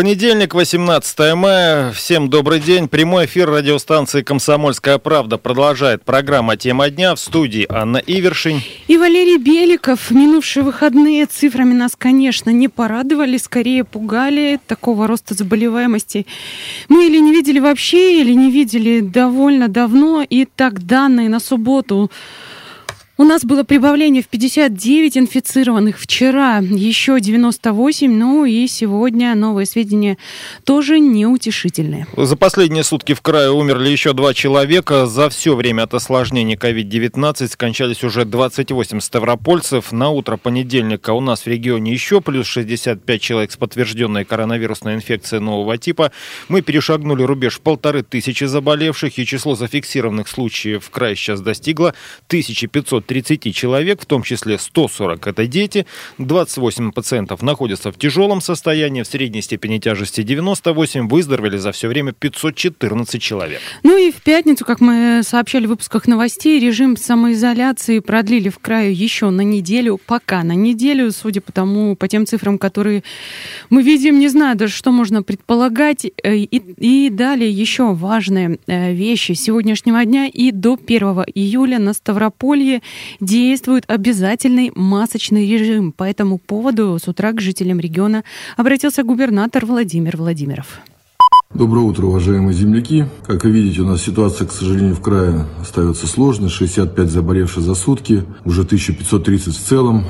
Понедельник, 18 мая. Всем добрый день. Прямой эфир радиостанции «Комсомольская правда» продолжает программа «Тема дня». В студии Анна Ивершин и Валерий Беликов. Минувшие выходные цифрами нас, конечно, не порадовали, скорее пугали. Такого роста заболеваемости мы или не видели вообще, или не видели довольно давно. И так, данные на субботу. У нас было прибавление в 59 инфицированных, вчера еще 98, ну и сегодня новые сведения тоже неутешительные. За последние сутки в крае умерли еще 2 человека. За все время от осложнений COVID-19 скончались уже 28 ставропольцев. На утро понедельника у нас в регионе еще плюс 65 человек с подтвержденной коронавирусной инфекцией нового типа. Мы перешагнули рубеж в 1500 заболевших, и число зафиксированных случаев в крае сейчас достигло 1530 человек, в том числе 140 это дети, 28 пациентов находятся в тяжелом состоянии, в средней степени тяжести 98, выздоровели за все время 514 человек. Ну и в пятницу, как мы сообщали в выпусках новостей, режим самоизоляции продлили в крае еще на неделю, пока на неделю, судя по тем цифрам, которые мы видим, не знаю даже, что можно предполагать. И далее еще важные вещи сегодняшнего дня и до 1 июля на Ставрополье действует обязательный масочный режим. По этому поводу с утра к жителям региона обратился губернатор Владимир Владимиров. Доброе утро, уважаемые земляки. Как вы видите, у нас ситуация, к сожалению, в крае остается сложной. 65 заболевших за сутки, уже 1530 в целом.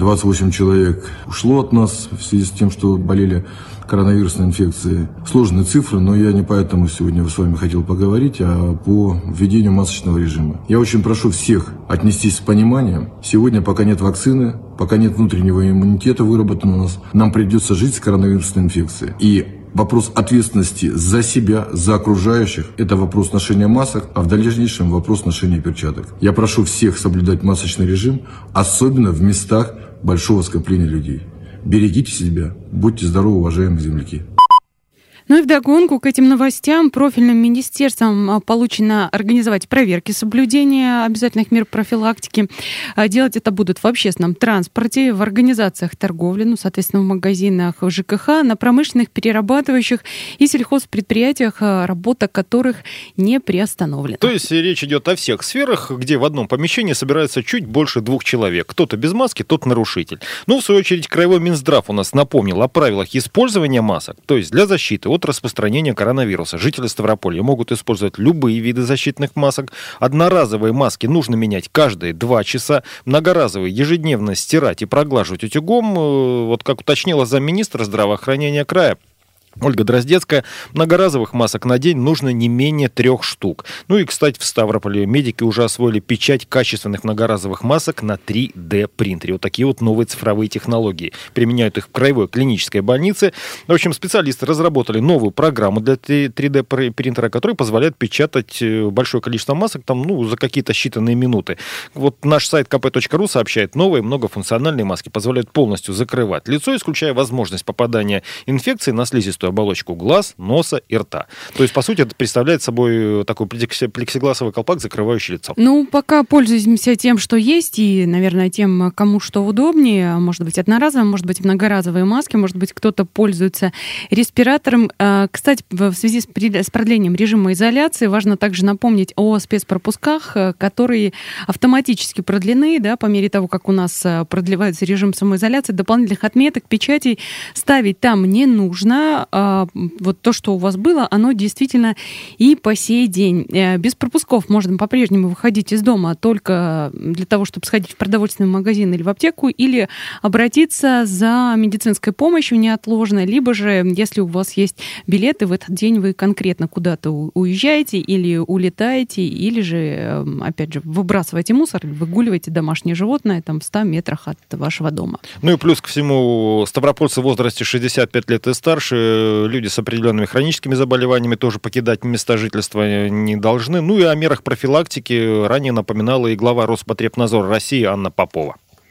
28 человек ушло от нас в связи с тем, что болели коронавирусной инфекцией. Сложные цифры, но я не поэтому сегодня с вами хотел поговорить, а по введению масочного режима. Я очень прошу всех отнестись с пониманием. Сегодня, пока нет вакцины, пока нет внутреннего иммунитета выработанного у нас, нам придется жить с коронавирусной инфекцией. И вопрос ответственности за себя, за окружающих – это вопрос ношения масок, а в дальнейшем вопрос ношения перчаток. Я прошу всех соблюдать масочный режим, особенно в местах большого скопления людей. Берегите себя, будьте здоровы, уважаемые земляки. Ну и вдогонку к этим новостям профильным министерством поручено организовать проверки соблюдения обязательных мер профилактики. Делать это будут в общественном транспорте, в организациях торговли, соответственно, в магазинах, в ЖКХ, на промышленных, перерабатывающих и сельхозпредприятиях, работа которых не приостановлена. То есть речь идет о всех сферах, где в одном помещении собирается чуть больше 2 человек. Кто-то без маски, тот нарушитель. Ну, в свою очередь, Краевой Минздрав у нас напомнил о правилах использования масок, то есть для защиты от распространения коронавируса. Жители Ставрополья могут использовать любые виды защитных масок. Одноразовые маски нужно менять каждые 2 часа. Многоразовые ежедневно стирать и проглаживать утюгом. Вот как уточнила замминистра здравоохранения края Ольга Дроздецкая, многоразовых масок на день нужно не менее 3 штук. Ну и, кстати, в Ставрополе медики уже освоили печать качественных многоразовых масок на 3D принтере. Вот такие вот новые цифровые технологии. Применяют их в краевой клинической больнице. В общем, специалисты разработали новую программу для 3D принтера, которая позволяет печатать большое количество масок за какие-то считанные минуты. Вот наш сайт kp.ru сообщает, новые многофункциональные маски позволяют полностью закрывать лицо, исключая возможность попадания инфекции на слизистую оболочку глаз, носа и рта. То есть, по сути, это представляет собой такой плексигласовый колпак, закрывающий лицо. Ну, пока пользуемся тем, что есть, и, наверное, тем, кому что удобнее. Может быть, одноразовые, может быть, многоразовые маски, может быть, кто-то пользуется респиратором. Кстати, в связи с продлением режима изоляции важно также напомнить о спецпропусках, которые автоматически продлены, по мере того, как у нас продлевается режим самоизоляции. Дополнительных отметок, печатей ставить там не нужно. Вот то, что у вас было, оно действительно и по сей день. Без пропусков можно по-прежнему выходить из дома только для того, чтобы сходить в продовольственный магазин или в аптеку, или обратиться за медицинской помощью неотложной, либо же, если у вас есть билеты, в этот день вы конкретно куда-то уезжаете или улетаете, или же, опять же, выбрасываете мусор, выгуливаете домашнее животное в 100 метрах от вашего дома. Ну и плюс ко всему, ставропольцы в возрасте 65 лет и старше, люди с определенными хроническими заболеваниями тоже покидать места жительства не должны. Ну и о мерах профилактики ранее напоминала и глава Роспотребнадзора России Анна Попова.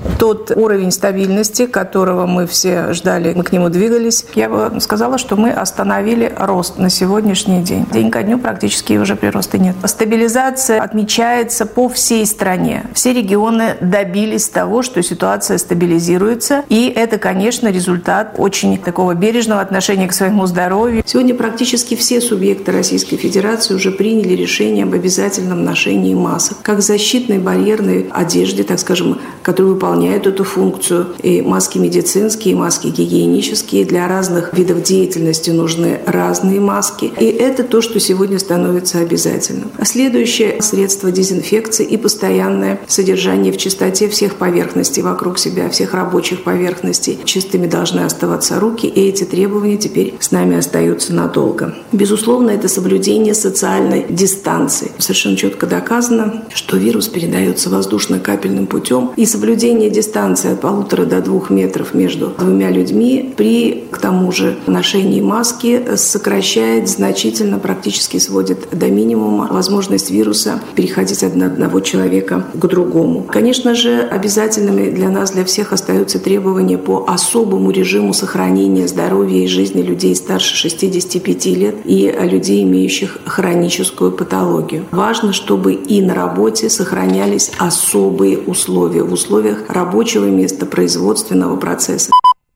Тот уровень стабильности, которого мы все ждали, мы к нему двигались, я бы сказала, что мы остановили рост на сегодняшний день. День ко дню практически уже прироста нет. Стабилизация отмечается по всей стране. Все регионы добились того, что ситуация стабилизируется, и это, конечно, результат очень такого бережного отношения к своему здоровью. Сегодня практически все субъекты Российской Федерации уже приняли решение об обязательном ношении масок, как защитной барьерной одежде, так скажем, которая выполняет эту функцию. И маски медицинские, и маски гигиенические. Для разных видов деятельности нужны разные маски. И это то, что сегодня становится обязательным. А следующее – средство дезинфекции и постоянное содержание в чистоте всех поверхностей вокруг себя, всех рабочих поверхностей. Чистыми должны оставаться руки, и эти требования теперь с нами остаются надолго. Безусловно, это соблюдение социальной дистанции. Совершенно четко доказано, что вирус передается воздушно-капельным путем, и соблюдение дистанции от 1,5 до 2 метров между двумя людьми при, к тому же, ношении маски сокращает значительно, практически сводит до минимума возможность вируса переходить от одного человека к другому. Конечно же, обязательными для нас, для всех остаются требования по особому режиму сохранения здоровья и жизни людей старше 65 лет и людей, имеющих хроническую патологию. Важно, чтобы и на работе сохранялись особые условия в условиях рабочего места, производственного процесса.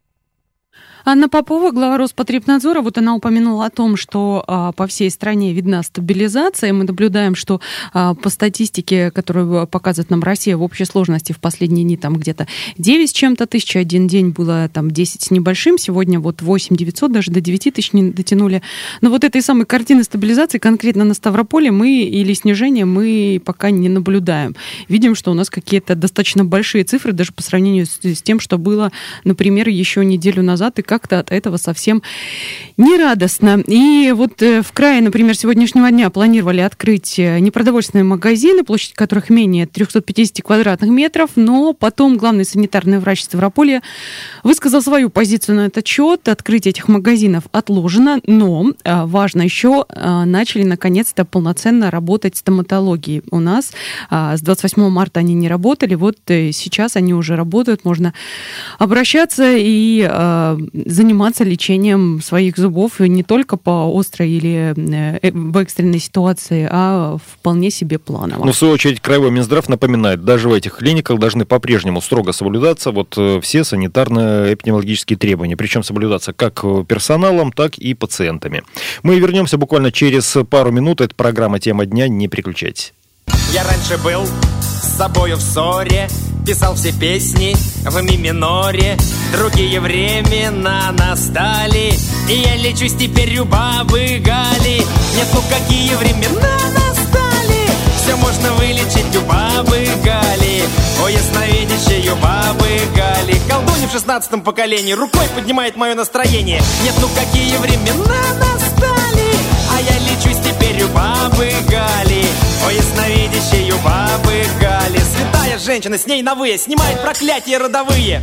Анна Попова, глава Роспотребнадзора, вот она упомянула о том, что по всей стране видна стабилизация. Мы наблюдаем, что по статистике, которую показывает нам Россия, в общей сложности в последние дни там где-то 9 с чем-то тысяч, один день было там 10 с небольшим, сегодня вот 8 900, даже до 9 тысяч не дотянули. Но вот этой самой картины стабилизации конкретно на Ставрополе или снижения мы пока не наблюдаем. Видим, что у нас какие-то достаточно большие цифры, даже по сравнению с тем, что было, например, еще неделю назад, и как-то от этого совсем нерадостно. И вот в крае, например, сегодняшнего дня планировали открыть непродовольственные магазины, площадь которых менее 350 квадратных метров, но потом главный санитарный врач Ставрополья высказал свою позицию на этот счет. Открытие этих магазинов отложено, но важно еще, начали наконец-то полноценно работать стоматологии. У нас с 28 марта они не работали, вот сейчас они уже работают, можно обращаться и заниматься лечением своих зубов не только по острой или в экстренной ситуации, а вполне себе планово. Но в свою очередь Краевой Минздрав напоминает, даже в этих клиниках должны по-прежнему строго соблюдаться вот все санитарно-эпидемиологические требования, причем соблюдаться как персоналом, так и пациентами. Мы вернемся буквально через пару минут. Это программа «Тема дня». Не переключайтесь. Я раньше был с собою в ссоре, писал все песни в ми-миноре. Другие времена настали, и я лечусь теперь у бабы Гали. Нет, ну какие времена настали, все можно вылечить у бабы Гали. О, ясновидящей у бабы Гали. Колдунья в 16-м поколении рукой поднимает мое настроение. Нет, ну какие времена настали, а я лечусь теперь у бабы Гали. О, ясновидящей у бабы Гали. Святая женщина, с ней на «вы» снимает проклятия родовые.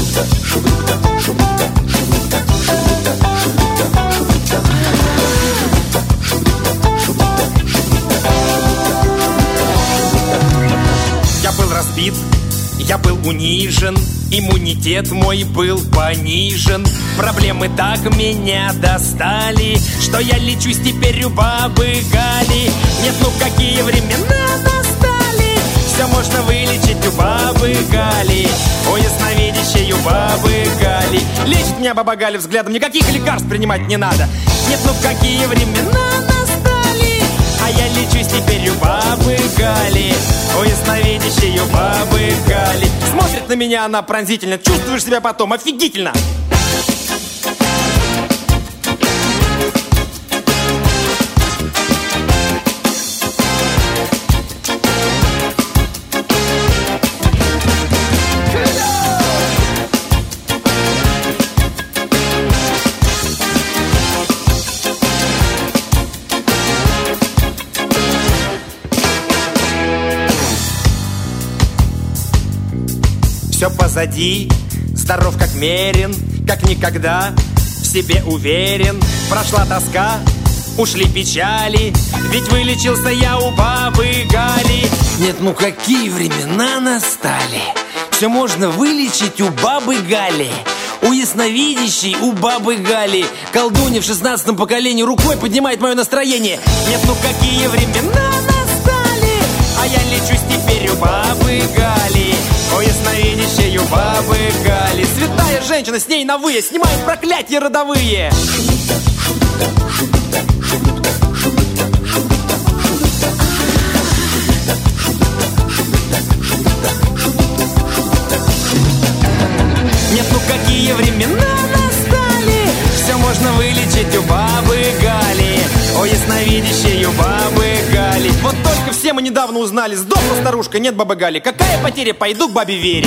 Я был разбит, я был унижен, иммунитет мой был понижен. Проблемы так меня достали, что я лечусь теперь у бабы Гали. Нет, ну какие времена настали, все можно вылечить у бабы Гали. О, ясновидящей у бабы Гали. Лечит меня баба Галя взглядом, никаких лекарств принимать не надо. Нет, ну какие времена настали, а я лечусь теперь у бабы Гали. О, ясновидящей у бабы Гали. Смотрит на меня она пронзительно, чувствуешь себя потом офигительно. Все позади, здоров как мерин, как никогда, в себе уверен. Прошла тоска, ушли печали, ведь вылечился я у бабы Гали. Нет, ну какие времена настали, все можно вылечить у бабы Гали. У ясновидящей, у бабы Гали. Колдунья в 16-м поколении рукой поднимает мое настроение. Нет, ну какие времена настали, а я лечусь теперь у бабы Гали. У ясновидящей, у бабы Гали. Святая женщина, с ней на вы снимает проклятия родовые. Нет, ну какие времена настали, все можно вылечить у бабы Гали. О, ясновидящей у бабы Гали. Вот только все мы недавно узнали, сдохла старушка, нет бабы Гали. Какая потеря, пойду к бабе Вере.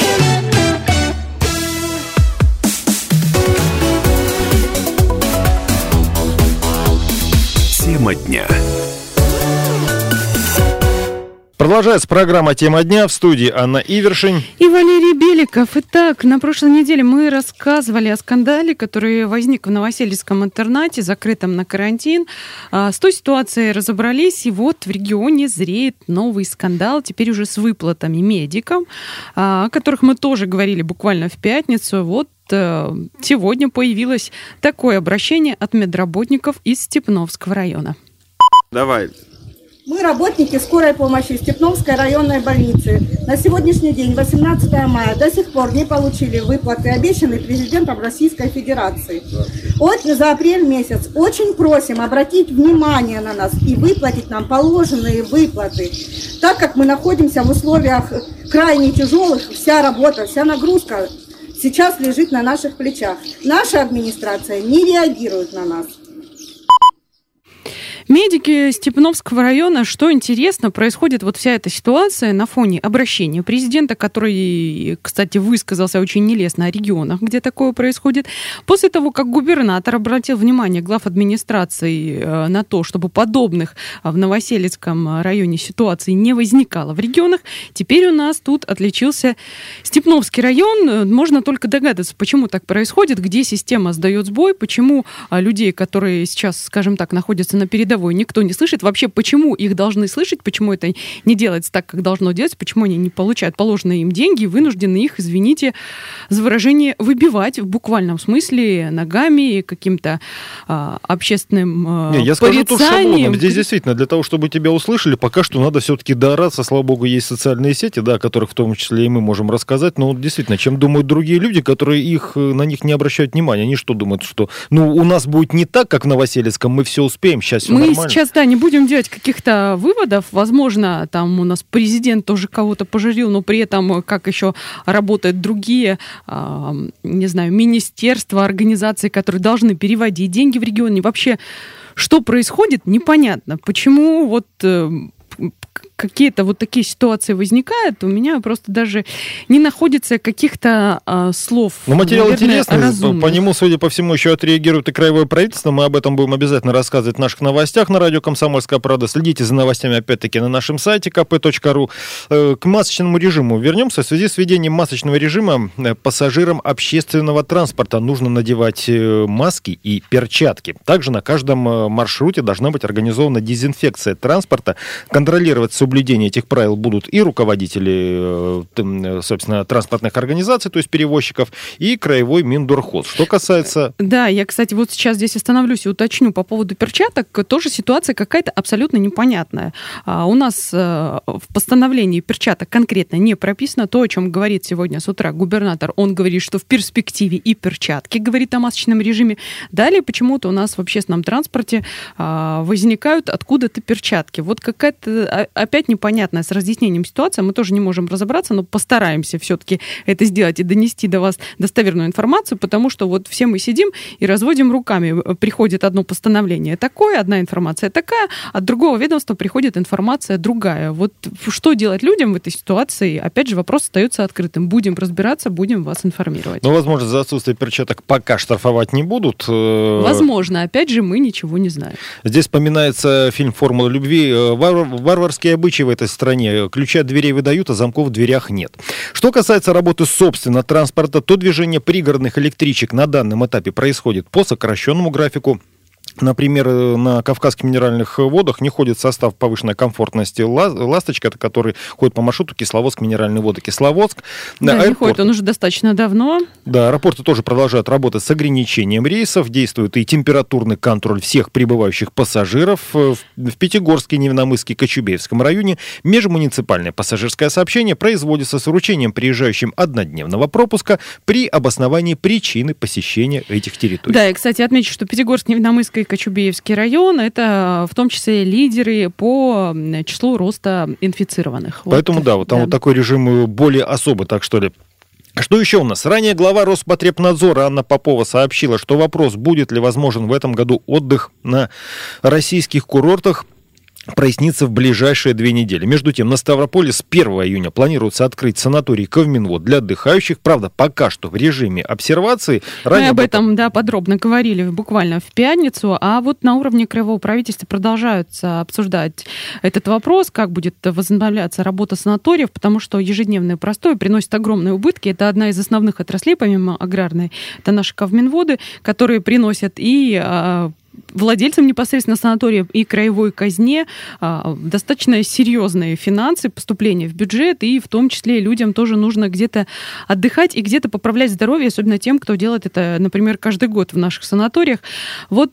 Тема дня. Продолжается программа «Тема дня», в студии Анна Ивершин и Валерий Беликов. Итак, на прошлой неделе мы рассказывали о скандале, который возник в Новосельском интернате, закрытом на карантин. С той ситуацией разобрались, и вот в регионе зреет новый скандал, теперь уже с выплатами медикам, о которых мы тоже говорили буквально в пятницу. Вот сегодня появилось такое обращение от медработников из Степновского района. Давай. Мы работники скорой помощи Степновской районной больницы. На сегодняшний день, 18 мая, до сих пор не получили выплаты, обещанные президентом Российской Федерации. Вот за апрель месяц очень просим обратить внимание на нас и выплатить нам положенные выплаты. Так как мы находимся в условиях крайне тяжелых, вся работа, вся нагрузка сейчас лежит на наших плечах. Наша администрация не реагирует на нас. Медики Степновского района, что интересно, происходит вот вся эта ситуация на фоне обращения президента, который, кстати, высказался очень нелестно о регионах, где такое происходит. После того, как губернатор обратил внимание глав администрации на то, чтобы подобных в Новосельском районе ситуаций не возникало в регионах, теперь у нас тут отличился Степновский район. Можно только догадываться, почему так происходит, где система сдает сбой, почему людей, которые сейчас, скажем так, находятся на передовой, никто не слышит. Вообще, почему их должны слышать, почему это не делается так, как должно делаться, почему они не получают положенные им деньги и вынуждены их, извините за выражение, выбивать в буквальном смысле ногами, каким-то общественным я скажу тут шаблоном. Здесь действительно для того, чтобы тебя услышали, пока что надо все-таки доораться. Слава богу, есть социальные сети, да, о которых в том числе и мы можем рассказать. Но действительно, чем думают другие люди, которые на них не обращают внимания? Они что думают, что у нас будет не так, как в Новосельском, мы все успеем, сейчас все нормально. Мы сейчас, не будем делать каких-то выводов. Возможно, там у нас президент тоже кого-то пожурил, но при этом как еще работают другие, не знаю, министерства, организации, которые должны переводить деньги в регионе. Вообще, что происходит, непонятно. Почему вот какие-то вот такие ситуации возникают, у меня просто даже не находится каких-то слов. Но материал наверное, интересный, разумных. По нему, судя по всему, еще отреагирует и краевое правительство. Мы об этом будем обязательно рассказывать в наших новостях на радио «Комсомольская правда». Следите за новостями, опять-таки, на нашем сайте kp.ru. К масочному режиму вернемся. В связи с введением масочного режима пассажирам общественного транспорта нужно надевать маски и перчатки. Также на каждом маршруте должна быть организована дезинфекция транспорта. Контролировать соблюдение этих правил будут и руководители, собственно, транспортных организаций, то есть перевозчиков, и краевой Миндорхоз. Что касается... Да, я, кстати, вот сейчас здесь остановлюсь и уточню по поводу перчаток. Тоже ситуация какая-то абсолютно непонятная. У нас в постановлении перчаток конкретно не прописано то, о чем говорит сегодня с утра губернатор. Он говорит, что в перспективе и перчатки, говорит о масочном режиме. Далее почему-то у нас в общественном транспорте возникают откуда-то перчатки. Вот какая-то опять непонятная с разъяснением ситуация. Мы тоже не можем разобраться, но постараемся все-таки это сделать и донести до вас достоверную информацию, потому что вот все мы сидим и разводим руками. Приходит одно постановление такое, одна информация такая, от другого ведомства приходит информация другая. Вот что делать людям в этой ситуации? Опять же, вопрос остается открытым. Будем разбираться, будем вас информировать. Ну, возможно, за отсутствие перчаток пока штрафовать не будут. Возможно. Опять же, мы ничего не знаем. Здесь вспоминается фильм «Формула любви». Варварские обычаи в этой стране. Ключи от дверей выдают, а замков в дверях нет. Что касается работы собственно транспорта, то движение пригородных электричек на данном этапе происходит по сокращенному графику. Например, на Кавказских минеральных водах не ходит в состав повышенной комфортности «Ласточка», который ходит по маршруту Кисловодск, минеральные воды Кисловодск. Да, не ходит, он уже достаточно давно. Да, аэропорты тоже продолжают работать с ограничением рейсов, действует и температурный контроль всех прибывающих пассажиров. В Пятигорске, Невиномысске, Кочубеевском районе межмуниципальное пассажирское сообщение производится с вручением приезжающим однодневного пропуска при обосновании причины посещения этих территорий. Да, и, кстати, отмечу, что Пятигорск, Невиномысская и Кочубеевский район — это в том числе лидеры по числу роста инфицированных. Поэтому, там такой режим более особый, так что ли. Что еще у нас? Ранее глава Роспотребнадзора Анна Попова сообщила, что вопрос, будет ли возможен в этом году отдых на российских курортах, прояснится в ближайшие 2 недели. Между тем, на Ставрополе с 1 июня планируется открыть санаторий Ковминвод для отдыхающих. Правда, пока что в режиме обсервации. Мы об этом подробно говорили буквально в пятницу. А вот на уровне краевого правительства продолжаются обсуждать этот вопрос, как будет возобновляться работа санаториев, потому что ежедневное простое приносит огромные убытки. Это одна из основных отраслей, помимо аграрной. Это наши Ковминводы, которые приносят и владельцам непосредственно санаториев и краевой казне достаточно серьезные финансы, поступления в бюджет, и в том числе людям тоже нужно где-то отдыхать и где-то поправлять здоровье, особенно тем, кто делает это, например, каждый год в наших санаториях. Вот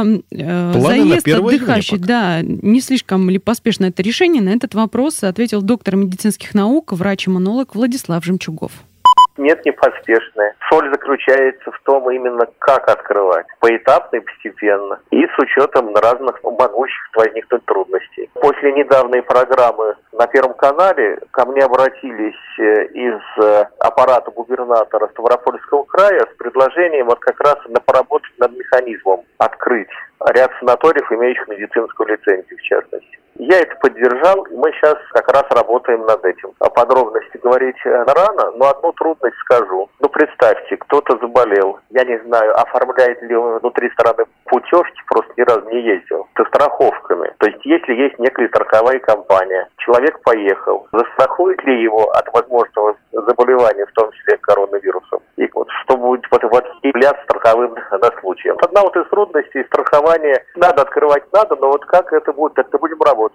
заезд отдыхающих, не слишком ли поспешно это решение? На этот вопрос ответил доктор медицинских наук, врач-иммунолог Владислав Жемчугов. Нет, не поспешные. Соль заключается в том именно, как открывать. Поэтапно и постепенно. И с учетом разных могущих возникнуть трудностей. После недавней программы на Первом канале ко мне обратились из аппарата губернатора Ставропольского края с предложением вот как раз поработать над механизмом открыть ряд санаториев, имеющих медицинскую лицензию в частности. Я это поддержал, и мы сейчас как раз работаем над этим. О подробности говорить рано, но одну трудность скажу. Представьте, кто-то заболел, я не знаю, оформляет ли он внутри страны путевки, просто ни разу не ездил, со страховками. То есть, если есть некая страховая компания, человек поехал, застрахует ли его от возможного заболевания, в том числе коронавирусом? И вот что будет являться страховым случаем. Одна из трудностей страхования, надо открывать, но вот как это будет, как-то будем работать.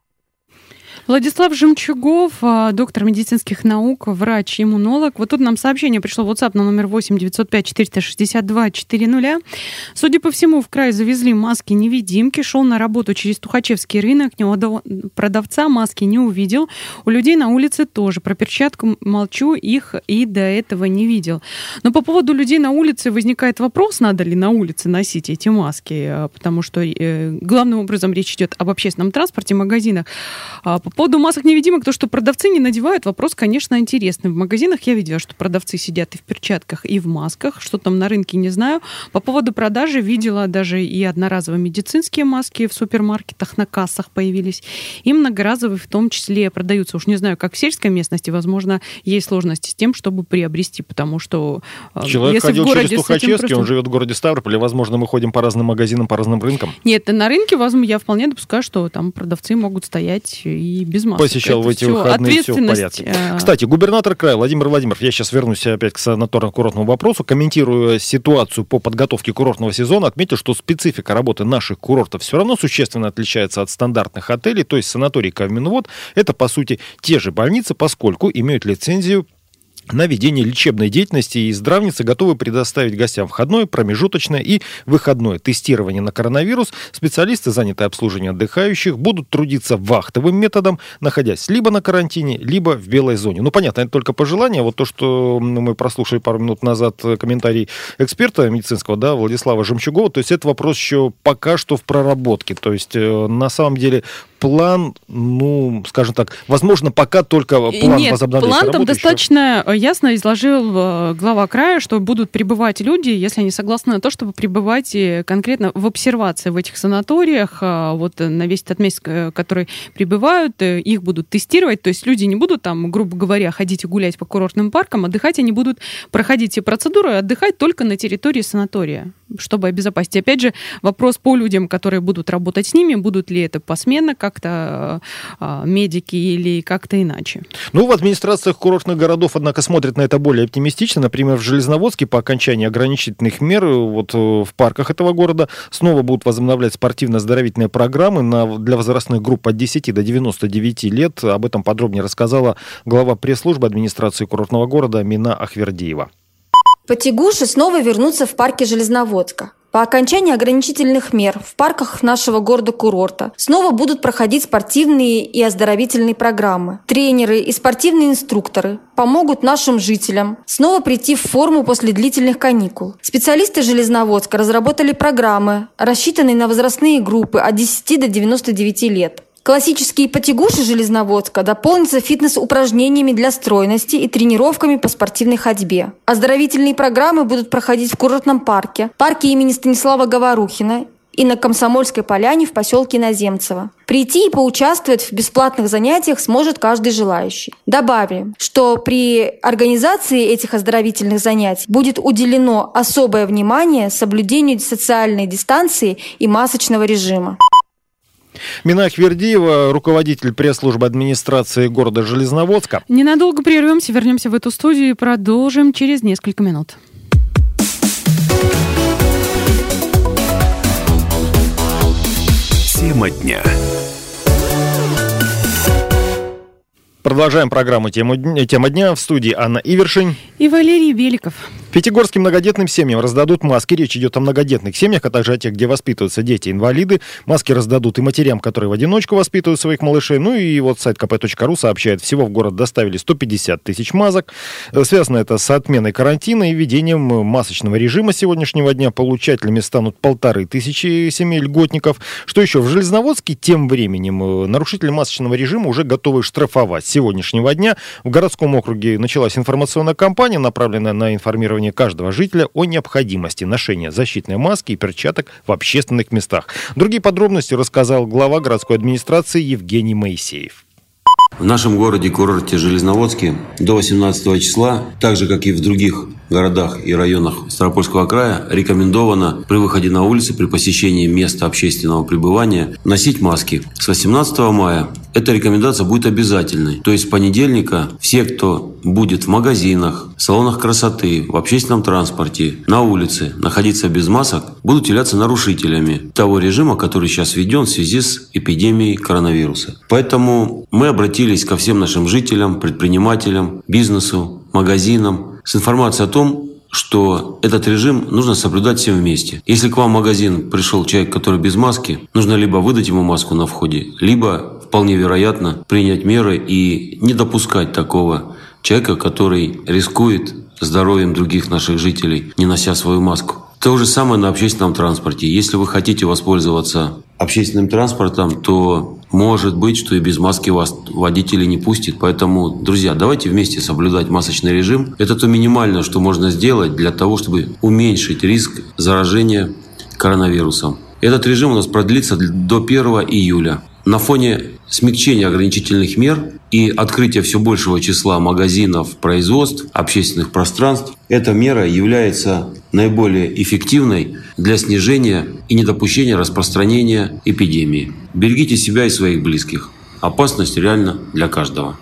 Владислав Жемчугов, доктор медицинских наук, врач-иммунолог. Вот тут нам сообщение пришло в WhatsApp на номер 8 905 462 400. Судя по всему, в край завезли маски-невидимки. Шел на работу через Тухачевский рынок. Ни у продавца маски не увидел. У людей на улице тоже. Про перчатку молчу, их и до этого не видел. Но по поводу людей на улице возникает вопрос, надо ли на улице носить эти маски. Потому что главным образом речь идет об общественном транспорте, магазинах. По поводу масок-невидимок, то, что продавцы не надевают, вопрос, конечно, интересный. В магазинах я видела, что продавцы сидят и в перчатках, и в масках. Что там на рынке, не знаю. По поводу продажи видела даже и одноразовые медицинские маски в супермаркетах, на кассах появились. И многоразовые в том числе продаются. Уж не знаю, как в сельской местности, возможно, есть сложности с тем, чтобы приобрести, потому что человек если ходил в городе через Тухачевский, он живет в городе Ставрополе, возможно, мы ходим по разным магазинам, по разным рынкам. Нет, на рынке, я вполне допускаю, что там продавцы могут стоять и без масок. Посещал это в эти выходные, все в порядке. Кстати, губернатор края Владимир Владимиров, я сейчас вернусь опять к санаторно-курортному вопросу, комментируя ситуацию по подготовке курортного сезона, отметил, что специфика работы наших курортов все равно существенно отличается от стандартных отелей, то есть санаторий Ковминвод — это, по сути, те же больницы, поскольку имеют лицензию на ведение лечебной деятельности, и здравницы готовы предоставить гостям входное, промежуточное и выходное тестирование на коронавирус. Специалисты, занятые обслуживанием отдыхающих, будут трудиться вахтовым методом, находясь либо на карантине, либо в белой зоне. Понятно, это только пожелание. Вот то, что мы прослушали пару минут назад комментарий эксперта медицинского, Владислава Жемчугова, то есть это вопрос еще пока что в проработке. То есть на самом деле план, скажем так, возможно, пока только план возобновления работы. План там достаточно ясно изложил глава края, что будут прибывать люди, если они согласны на то, чтобы прибывать конкретно в обсервации в этих санаториях. Вот на весь этот месяц, который прибывают, их будут тестировать. То есть люди не будут там, грубо говоря, ходить и гулять по курортным паркам, отдыхать они будут проходить все процедуры, отдыхать только на территории санатория, чтобы обезопасить. Опять же, вопрос по людям, которые будут работать с ними, будут ли это посменно, как как-то медики или как-то иначе. Ну, в администрациях курортных городов, однако, смотрят на это более оптимистично. Например, в Железноводске по окончании ограничительных мер вот в парках этого города снова будут возобновлять спортивно-оздоровительные программы для возрастных групп от 10 до 99 лет. Об этом подробнее рассказала глава пресс-службы администрации курортного города Мина Ахвердиева. Потягуши снова вернутся в парке Железноводска. По окончании ограничительных мер в парках нашего города-курорта снова будут проходить спортивные и оздоровительные программы. Тренеры и спортивные инструкторы помогут нашим жителям снова прийти в форму после длительных каникул. Специалисты Железноводска разработали программы, рассчитанные на возрастные группы от 10 до 99 лет. Классические потягуши Железноводска дополнятся фитнес-упражнениями для стройности и тренировками по спортивной ходьбе. Оздоровительные программы будут проходить в курортном парке имени Станислава Говорухина и на Комсомольской поляне в поселке Иноземцево. Прийти и поучаствовать в бесплатных занятиях сможет каждый желающий. Добавим, что при организации этих оздоровительных занятий будет уделено особое внимание соблюдению социальной дистанции и масочного режима. Мина Ахвердиева, руководитель пресс-службы администрации города Железноводска. Ненадолго прервемся, вернемся в эту студию и продолжим через несколько минут. Тема дня. Продолжаем программу «Тема дня». В студии Анна Ивершин и Валерий Беликов. Пятигорским многодетным семьям раздадут маски. Речь идет о многодетных семьях, а также о тех, где воспитываются дети-инвалиды. Маски раздадут и матерям, которые в одиночку воспитывают своих малышей. Ну и вот сайт kp.ru сообщает, всего в город доставили 150 тысяч масок. Связано это с отменой карантина и введением масочного режима сегодняшнего дня. Получателями станут 1500 семей льготников. Что еще? В Железноводске тем временем нарушители масочного режима уже готовы штрафовать. С сегодняшнего дня в городском округе началась информационная кампания, направленная на информирование каждого жителя о необходимости ношения защитной маски и перчаток в общественных местах. Другие подробности рассказал глава городской администрации Евгений Моисеев. В нашем городе-курорте Железноводске до 18 числа, так же как и в других городах и районах Ставропольского края, рекомендовано при выходе на улицы, при посещении места общественного пребывания носить маски. С 18 мая эта рекомендация будет обязательной. То есть с понедельника все, кто будет в магазинах, в салонах красоты, в общественном транспорте, на улице находиться без масок, будут являться нарушителями того режима, который сейчас введен в связи с эпидемией коронавируса. Поэтому мы обратились ко всем нашим жителям, предпринимателям, бизнесу, магазинам с информацией о том, что этот режим нужно соблюдать всем вместе. Если к вам в магазин пришел человек, который без маски, нужно либо выдать ему маску на входе, либо, вполне вероятно, принять меры и не допускать такого человека, который рискует здоровьем других наших жителей, не нося свою маску. То же самое на общественном транспорте. Если вы хотите воспользоваться общественным транспортом, то может быть, что и без маски вас водители не пустят. Поэтому, друзья, давайте вместе соблюдать масочный режим. Это то минимальное, что можно сделать для того, чтобы уменьшить риск заражения коронавирусом. Этот режим у нас продлится до 1 июля. На фоне смягчения ограничительных мер и открытия все большего числа магазинов, производств, общественных пространств, эта мера является наиболее эффективной для снижения и недопущения распространения эпидемии. Берегите себя и своих близких. Опасность реально для каждого.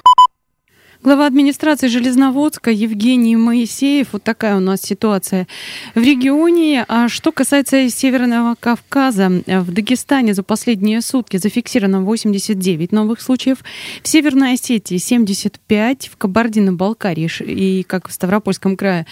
Глава администрации Железноводска Евгений Моисеев. Вот такая у нас ситуация в регионе. А что касается Северного Кавказа, в Дагестане за последние сутки зафиксировано 89 новых случаев. В Северной Осетии 75, в Кабардино-Балкарии и, как в Ставропольском крае,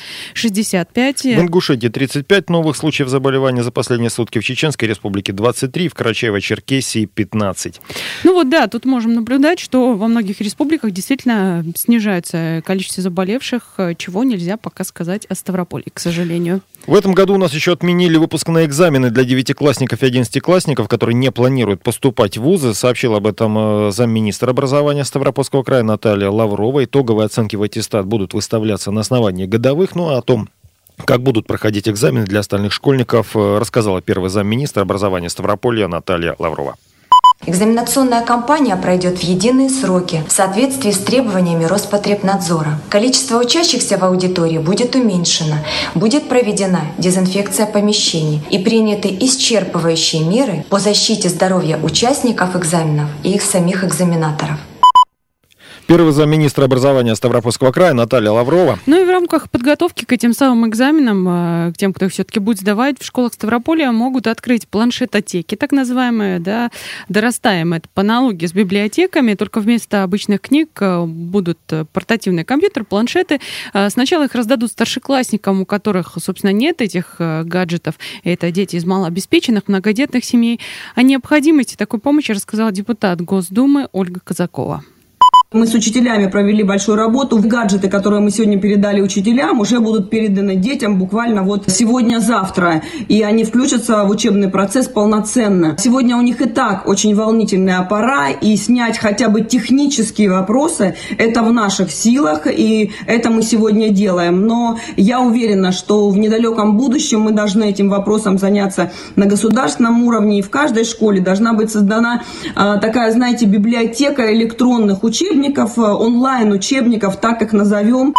65. В Ингушетии 35 новых случаев заболевания за последние сутки. В Чеченской Республике 23, в Карачаево-Черкесии 15. Ну вот да, тут можем наблюдать, что во многих республиках действительно снижается количество заболевших, чего нельзя пока сказать о Ставрополье, к сожалению. В этом году у нас еще отменили выпускные экзамены для 9-классников и 11-классников, которые не планируют поступать в вузы. Сообщил об этом замминистра образования Ставропольского края Наталья Лаврова. Итоговые оценки в аттестат будут выставляться на основании годовых. Ну а о том, как будут проходить экзамены для остальных школьников, рассказала первый замминистра образования Ставрополья Наталья Лаврова. Экзаменационная кампания пройдет в единые сроки в соответствии с требованиями Роспотребнадзора. Количество учащихся в аудитории будет уменьшено, будет проведена дезинфекция помещений и приняты исчерпывающие меры по защите здоровья участников экзаменов и их самих экзаменаторов. Первый замминистра образования Ставропольского края Наталья Лаврова. Ну и в рамках подготовки к этим самым экзаменам, к тем, кто их все-таки будет сдавать, в школах Ставрополя могут открыть планшетотеки, так называемые, да, дорастаем это по аналогии с библиотеками, только вместо обычных книг будут портативный компьютер, планшеты. Сначала их раздадут старшеклассникам, у которых, собственно, нет этих гаджетов. Это дети из малообеспеченных, многодетных семей. О необходимости такой помощи рассказала депутат Госдумы Ольга Казакова. Мы с учителями провели большую работу. Гаджеты, которые мы сегодня передали учителям, уже будут переданы детям буквально вот сегодня-завтра. И они включатся в учебный процесс полноценно. Сегодня у них и так очень волнительная пора. И снять хотя бы технические вопросы, это в наших силах. И это мы сегодня делаем. Но я уверена, что в недалеком будущем мы должны этим вопросом заняться на государственном уровне. И в каждой школе должна быть создана такая, знаете, библиотека электронных учебников, онлайн-учебников, так их назовем.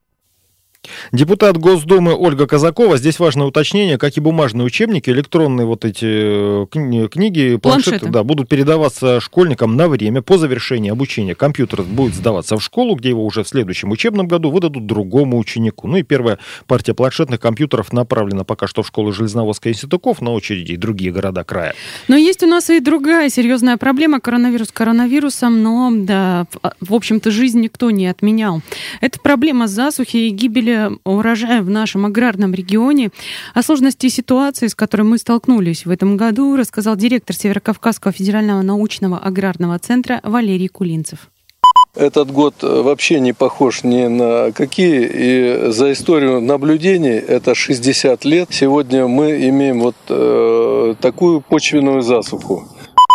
Депутат Госдумы Ольга Казакова. Здесь важное уточнение, как и бумажные учебники, электронные вот эти книги, планшеты, да, будут передаваться школьникам на время по завершении обучения. Компьютер будет сдаваться в школу, где его уже в следующем учебном году выдадут другому ученику. Ну и первая партия планшетных компьютеров направлена пока что в школу Железноводска и Ситуков, на очереди и другие города края. Но есть у нас и другая серьезная проблема. Коронавирус коронавирусом, но, да, в общем-то, жизнь никто не отменял. Это проблема засухи и гибели урожая в нашем аграрном регионе. О сложности ситуации, с которой мы столкнулись в этом году, рассказал директор Северокавказского федерального научного аграрного центра Валерий Кулинцев. Этот год вообще не похож ни на какие, и за историю наблюдений, это 60 лет, сегодня мы имеем вот такую почвенную засуху.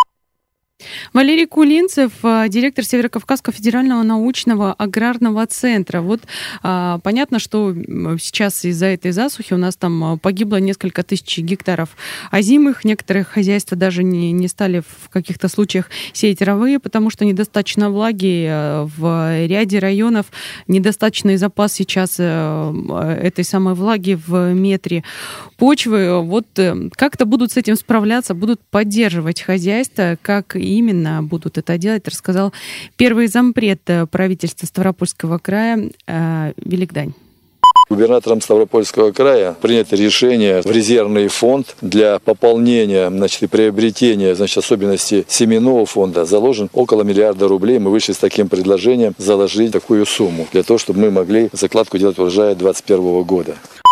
Валерий Кулинцев, директор Северокавказского федерального научного аграрного центра. Вот понятно, что сейчас из-за этой засухи у нас там погибло несколько тысяч гектаров озимых. Некоторые хозяйства даже не стали в каких-то случаях сеять ровые, потому что недостаточно влаги. В ряде районов недостаточный запас сейчас этой самой влаги в метре почвы. Вот как-то будут с этим справляться, будут поддерживать хозяйство, как именно будут это делать, рассказал первый зампред правительства Ставропольского края Великдань. Губернатором Ставропольского края принято решение в резервный фонд для пополнения, и приобретения, особенностей семенного фонда заложен около миллиарда рублей. Мы вышли с таким предложением заложить такую сумму для того, чтобы мы могли закладку делать урожая 2021 года.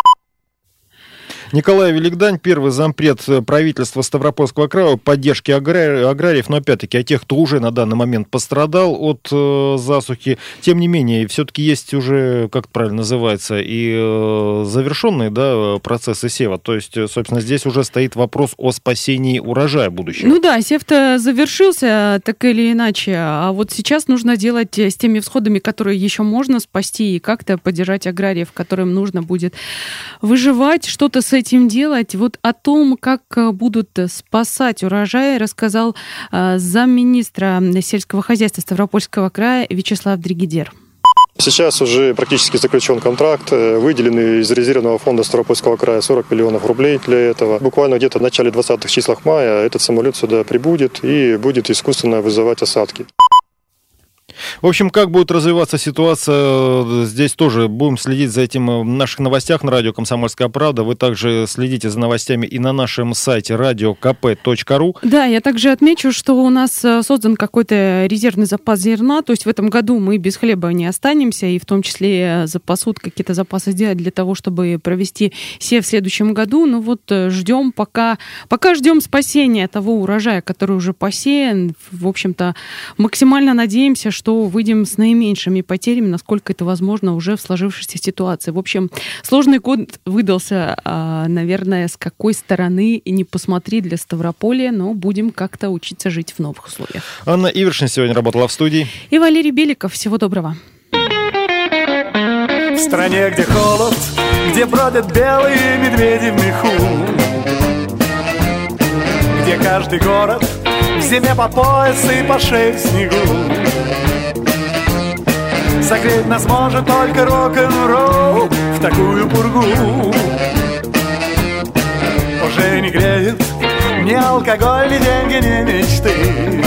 Николай Великдань, первый зампред правительства Ставропольского края, поддержки аграриев, но опять-таки о тех, кто уже на данный момент пострадал от засухи. Тем не менее, все-таки есть уже, как это правильно называется, и завершенные, да, процессы сева. То есть, собственно, здесь уже стоит вопрос о спасении урожая будущего. Ну да, сев-то завершился так или иначе, а вот сейчас нужно делать с теми всходами, которые еще можно спасти, и как-то поддержать аграриев, которым нужно будет выживать, что-то с этим делать. Вот о том, как будут спасать урожай, рассказал замминистра сельского хозяйства Ставропольского края Вячеслав Дригидер. Сейчас уже практически заключен контракт, выделены из резервного фонда Ставропольского края 40 миллионов рублей для этого. Буквально где-то в начале 20-х числах мая этот самолет сюда прибудет и будет искусственно вызывать осадки. В общем, как будет развиваться ситуация, здесь тоже будем следить за этим в наших новостях на радио «Комсомольская правда». Вы также следите за новостями и на нашем сайте radiokp.ru. Да, я также отмечу, что у нас создан какой-то резервный запас зерна, то есть в этом году мы без хлеба не останемся, и в том числе запасут какие-то запасы сделать для того, чтобы провести сев в следующем году. Ну вот ждем, пока ждем спасения того урожая, который уже посеян. В общем-то, максимально надеемся, что выйдем с наименьшими потерями, насколько это возможно уже в сложившейся ситуации. В общем, сложный год выдался, наверное, с какой стороны и не посмотри для Ставрополья, но будем как-то учиться жить в новых условиях. Анна Ивершин сегодня работала в студии. И Валерий Беликов. Всего доброго. В стране, где холод, где бродят белые медведи в меху, где каждый город зиме по пояс и по шее в снегу. Согреть нас может только рок-н-ролл в такую пургу. Уже не греет ни алкоголь, ни деньги, ни мечты,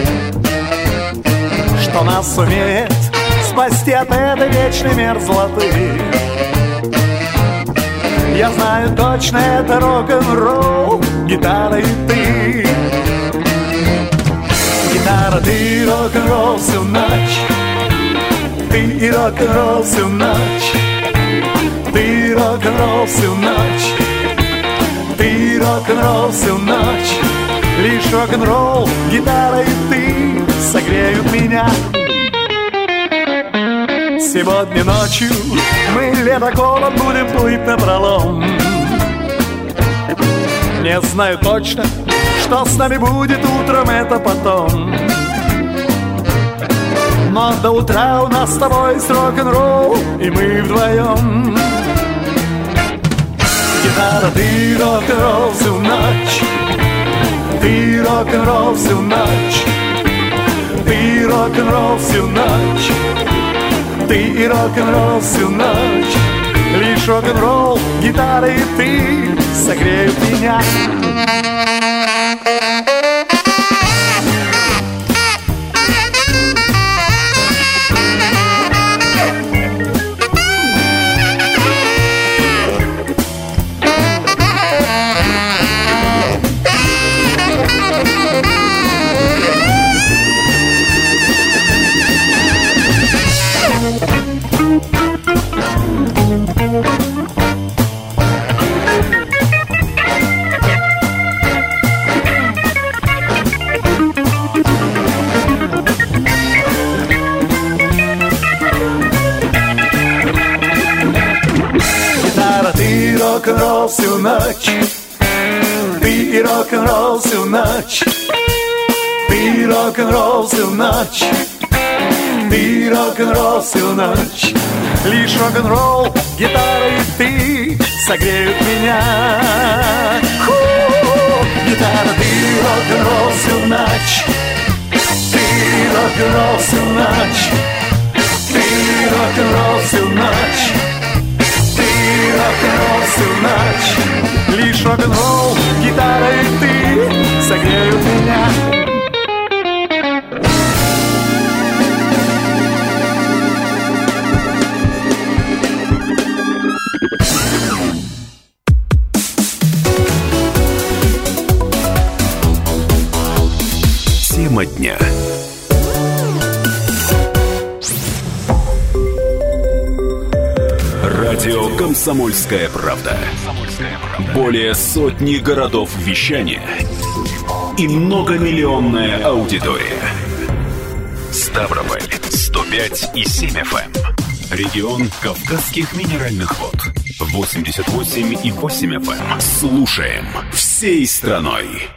что нас сумеет спасти от этой вечной мерзлоты. Я знаю точно, это рок-н-ролл, гитара и ты. Гитара, ты, рок-н-ролл всю ночь. Ты и рок-н-ролл всю ночь. Ты рок-н-ролл всю ночь. Ты рок-н-ролл всю ночь. Лишь рок-н-ролл, гитара и ты согреют меня. Сегодня ночью мы ледоколом будем плыть напролом. Не знаю точно, что с нами будет утром, это потом. Но до утра у нас с тобой есть рок-н-ролл, и мы вдвоем. Гитара, ты рок-н-ролл всю ночь. Ты рок-н-ролл всю ночь. Ты рок-н-ролл всю ночь. Ты и рок-н-ролл всю ночь. Лишь рок-н-ролл, гитара и ты согреют меня. Рок-н-ролл всю ночь. Ты и рок-н-ролл всю ночь. Ты рок-н-ролл всю ночь. Ты рок-н-ролл всю ночь. Лишь рок-н-ролл, гитара и ты согреют меня. Гитара, ты рок-н-ролл всю ночь. Ты рок-н-ролл всю ночь. Ты рок-н-ролл всю ночь. Рок-н-ролл всю ночь. Лишь рок-н-ролл, гитара и ты согреют меня. Тема дня. Радио «Комсомольская правда». Более сотни городов вещания и многомиллионная аудитория. Ставрополь 105,7 FM. Регион Кавказских минеральных вод 88,8 FM. Слушаем всей страной.